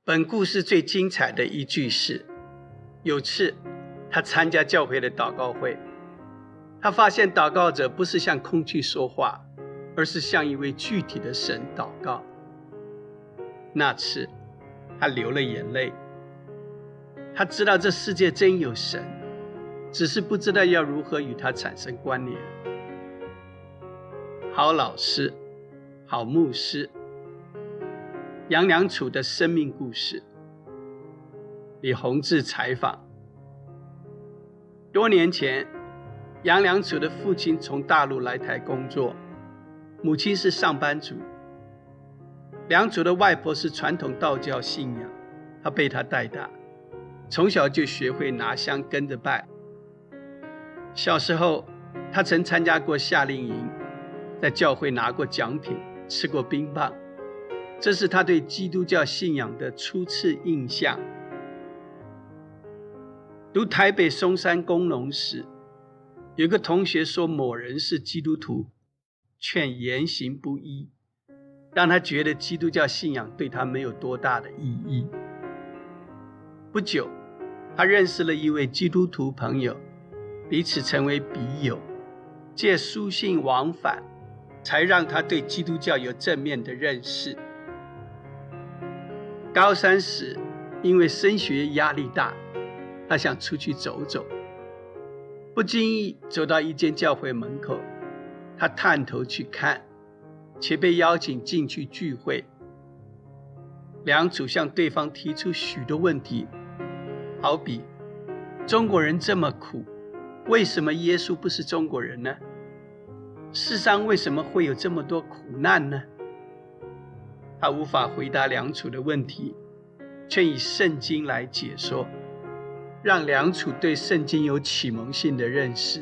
本故事最精彩的一句是，有次他参加教会的祷告会，他发现祷告者不是向空气说话，而是向一位具体的神祷告。那次他流了眼泪，他知道这世界真有神，只是不知道要如何与他产生关联。好老师，好牧师，杨良楚的生命故事，李洪志采访。多年前，杨良楚的父亲从大陆来台工作，母亲是上班族。良楚的外婆是传统道教信仰，他被他带大，从小就学会拿香跟着拜。小时候，他曾参加过夏令营，在教会拿过奖品，吃过冰棒，这是他对基督教信仰的初次印象。读台北松山工农时，有个同学说某人是基督徒，劝言行不一，让他觉得基督教信仰对他没有多大的意义。不久，他认识了一位基督徒朋友，彼此成为笔友，借书信往返，才让他对基督教有正面的认识。高三时，因为升学压力大，他想出去走走，不经意走到一间教会门口，他探头去看，且被邀请进去聚会。良楚向对方提出许多问题，好比中国人这么苦，为什么耶稣不是中国人呢？世上为什么会有这么多苦难呢？他无法回答良楚的问题，却以圣经来解说，让良楚对圣经有启蒙性的认识。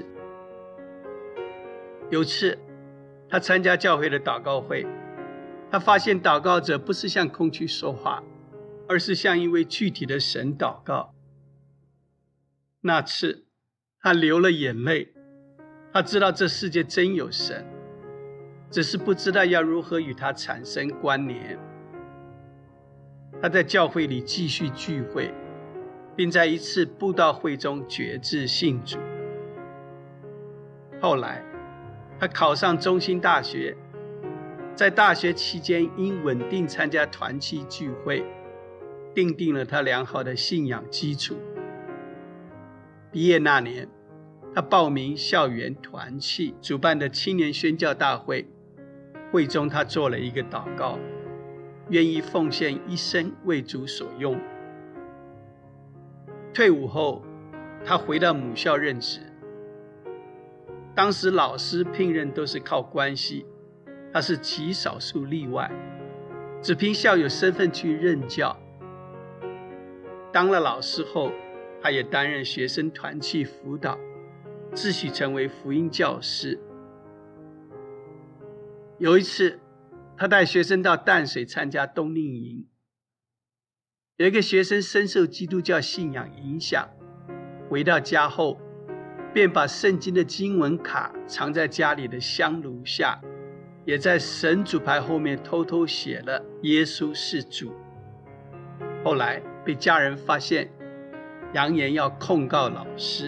有次他参加教会的祷告会，他发现祷告者不是向空气说话，而是向一位具体的神祷告。那次他流了眼泪，他知道这世界真有神，只是不知道要如何与他产生关联。他在教会里继续聚会，并在一次布道会中决志信主。后来他考上中兴大学，在大学期间因稳定参加团契聚会，奠定了他良好的信仰基础。毕业那年，他报名校园团契主办的青年宣教大会，会中他做了一个祷告，愿意奉献一生为主所用。退伍后，他回到母校任职。当时老师聘任都是靠关系，他是极少数例外，只凭校友身份去任教。当了老师后，他也担任学生团契辅导，自诩成为福音教师。有一次，他带学生到淡水参加冬令营，有一个学生深受基督教信仰影响，回到家后便把圣经的经文卡藏在家里的香炉下，也在神主牌后面偷偷写了耶稣是主。后来被家人发现，扬言要控告老师。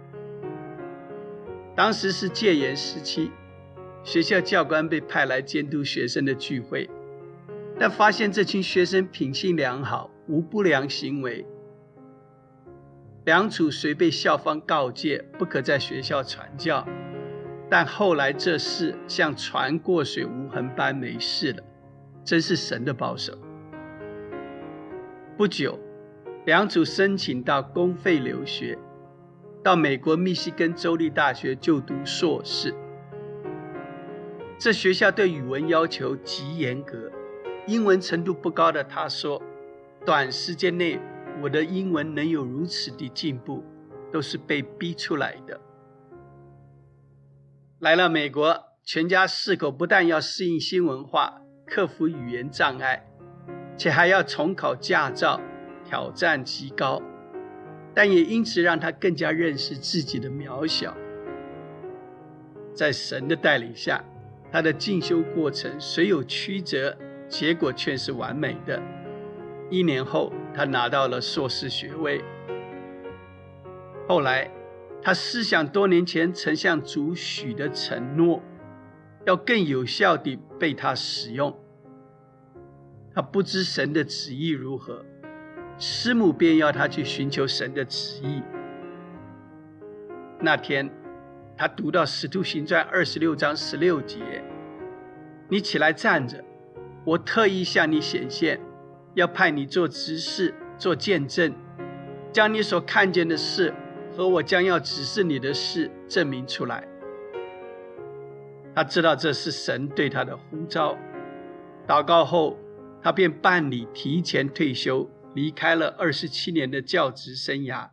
当时是戒严时期，学校教官被派来监督学生的聚会，但发现这群学生品性良好，无不良行为。良楚虽被校方告诫不可在学校传教，但后来这事像船过水无痕般没事了，真是神的保守。不久，良楚申请到公费留学，到美国密西根州立大学就读硕士。这学校对语文要求极严格，英文程度不高的他说，短时间内我的英文能有如此的进步，都是被逼出来的。来了美国，全家4口不但要适应新文化，克服语言障碍，且还要重考驾照，挑战极高，但也因此让他更加认识自己的渺小。在神的带领下，他的进修过程虽有曲折，结果却是完美的。 1年后，他拿到了硕士学位。后来，他思想多年前曾向主许的承诺，要更有效地被他使用。他不知神的旨意如何，师母便要他去寻求神的旨意。那天，他读到《使徒行传》26章16节：“你起来站着，我特意向你显现，要派你做执事，做见证，将你所看见的事和我将要指示你的事证明出来。”他知道这是神对他的呼召。祷告后，他便办理提前退休，离开了27年的教职生涯。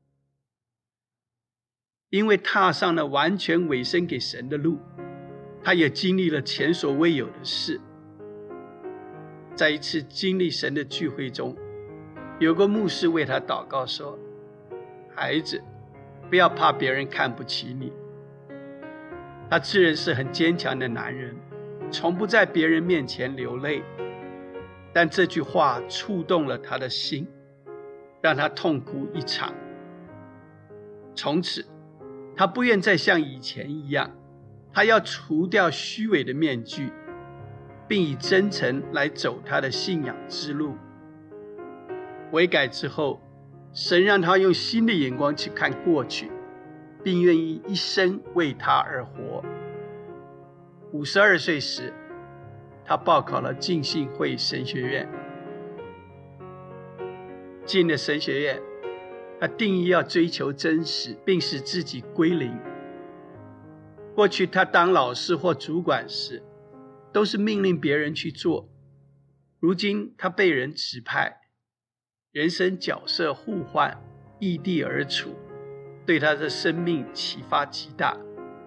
因为踏上了完全委身给神的路，他也经历了前所未有的事。在一次经历神的聚会中，有个牧师为他祷告说：“孩子，不要怕别人看不起你。”他自认是很坚强的男人，从不在别人面前流泪，但这句话触动了他的心，让他痛哭一场。从此，他不愿再像以前一样，他要除掉虚伪的面具，并以真诚来走他的信仰之路。悔改之后，神让他用新的眼光去看过去，并愿意一生为他而活。52岁时，他报考了浸信会神学院。进了神学院，他定义要追求真实，并使自己归零。过去他当老师或主管时，都是命令别人去做。如今他被人指派，人生角色互换，异地而处，对他的生命启发极大。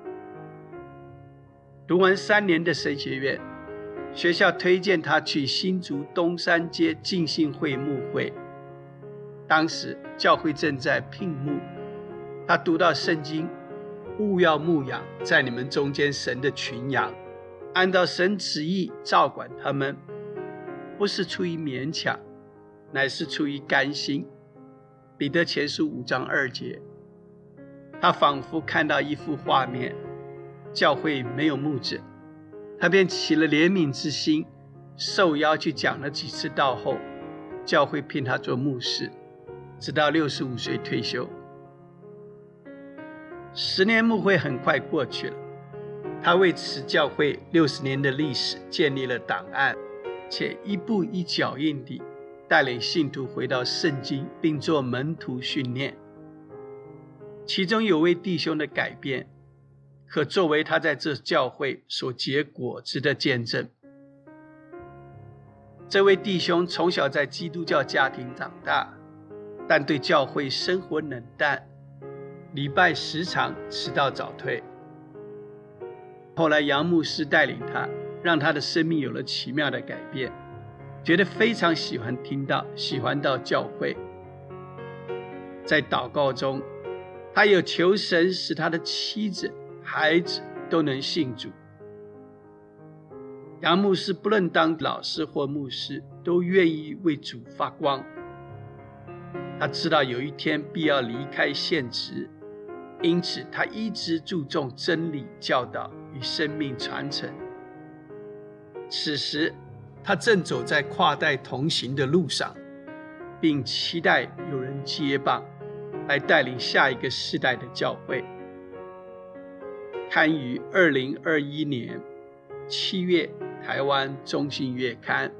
读完3年的神学院，学校推荐他去新竹东山街浸信会牧会。当时教会正在聘牧，他读到圣经：“务要牧养在你们中间神的群羊，按照神旨意照管他们，不是出于勉强，乃是出于甘心。”彼得前书5章2节。他仿佛看到一幅画面，教会没有牧者，他便起了怜悯之心，受邀去讲了几次道后，教会聘他做牧师，直到65岁退休。10年牧会很快过去了，他为此教会60年的历史建立了档案，且一步一脚印地带领信徒回到圣经，并做门徒训练。其中有位弟兄的改变，可作为他在这教会所结果子的见证。这位弟兄从小在基督教家庭长大，但对教会生活冷淡，礼拜时常迟到早退。后来杨牧师带领他，让他的生命有了奇妙的改变，觉得非常喜欢到教会。在祷告中，他有求神使他的妻子、孩子都能信主。杨牧师不论当老师或牧师，都愿意为主发光。他知道有一天必要离开现职，因此他一直注重真理教导与生命传承。此时他正走在跨代同行的路上，并期待有人接棒，来带领下一个世代的教会。刊于2021年7月台湾中信月刊。